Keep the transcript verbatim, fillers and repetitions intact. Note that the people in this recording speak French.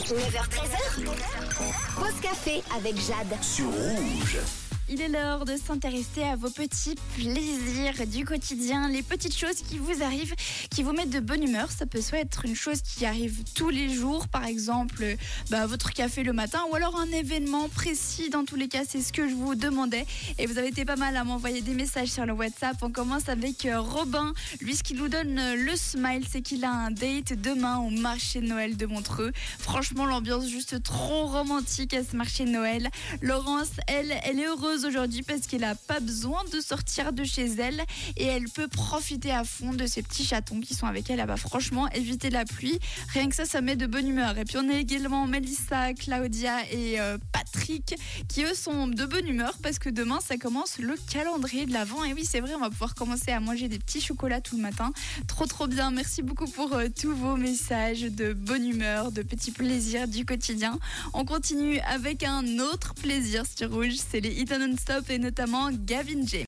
neuf heures treize heures. Pause café avec Jade. Sur Rouge. Il est l'heure de s'intéresser à vos petits plaisirs du quotidien, les petites choses qui vous arrivent, qui vous mettent de bonne humeur. Ça peut soit être une chose qui arrive tous les jours, par exemple bah, votre café le matin, ou alors un événement précis. Dans tous les cas, c'est ce que je vous demandais. Et vous avez été pas mal à m'envoyer des messages sur le WhatsApp. On commence avec Robin. Lui, ce qui nous donne le smile, c'est qu'il a un date demain au marché de Noël de Montreux. Franchement, l'ambiance juste trop romantique à ce marché de Noël. Laurence, elle, elle est heureuse aujourd'hui parce qu'elle n'a pas besoin de sortir de chez elle et elle peut profiter à fond de ces petits chatons qui sont avec elle. Ah bah franchement, éviter la pluie, rien que ça, ça met de bonne humeur. Et puis on a également Mélissa, Claudia et euh, Patrick qui eux sont de bonne humeur parce que demain ça commence le calendrier de l'Avent. Et oui, c'est vrai, on va pouvoir commencer à manger des petits chocolats tout le matin. Trop trop bien, merci beaucoup pour euh, tous vos messages de bonne humeur, de petits plaisirs du quotidien. On continue avec un autre plaisir sur Rouge, c'est les Hit Non-Stop et notamment Gavin James.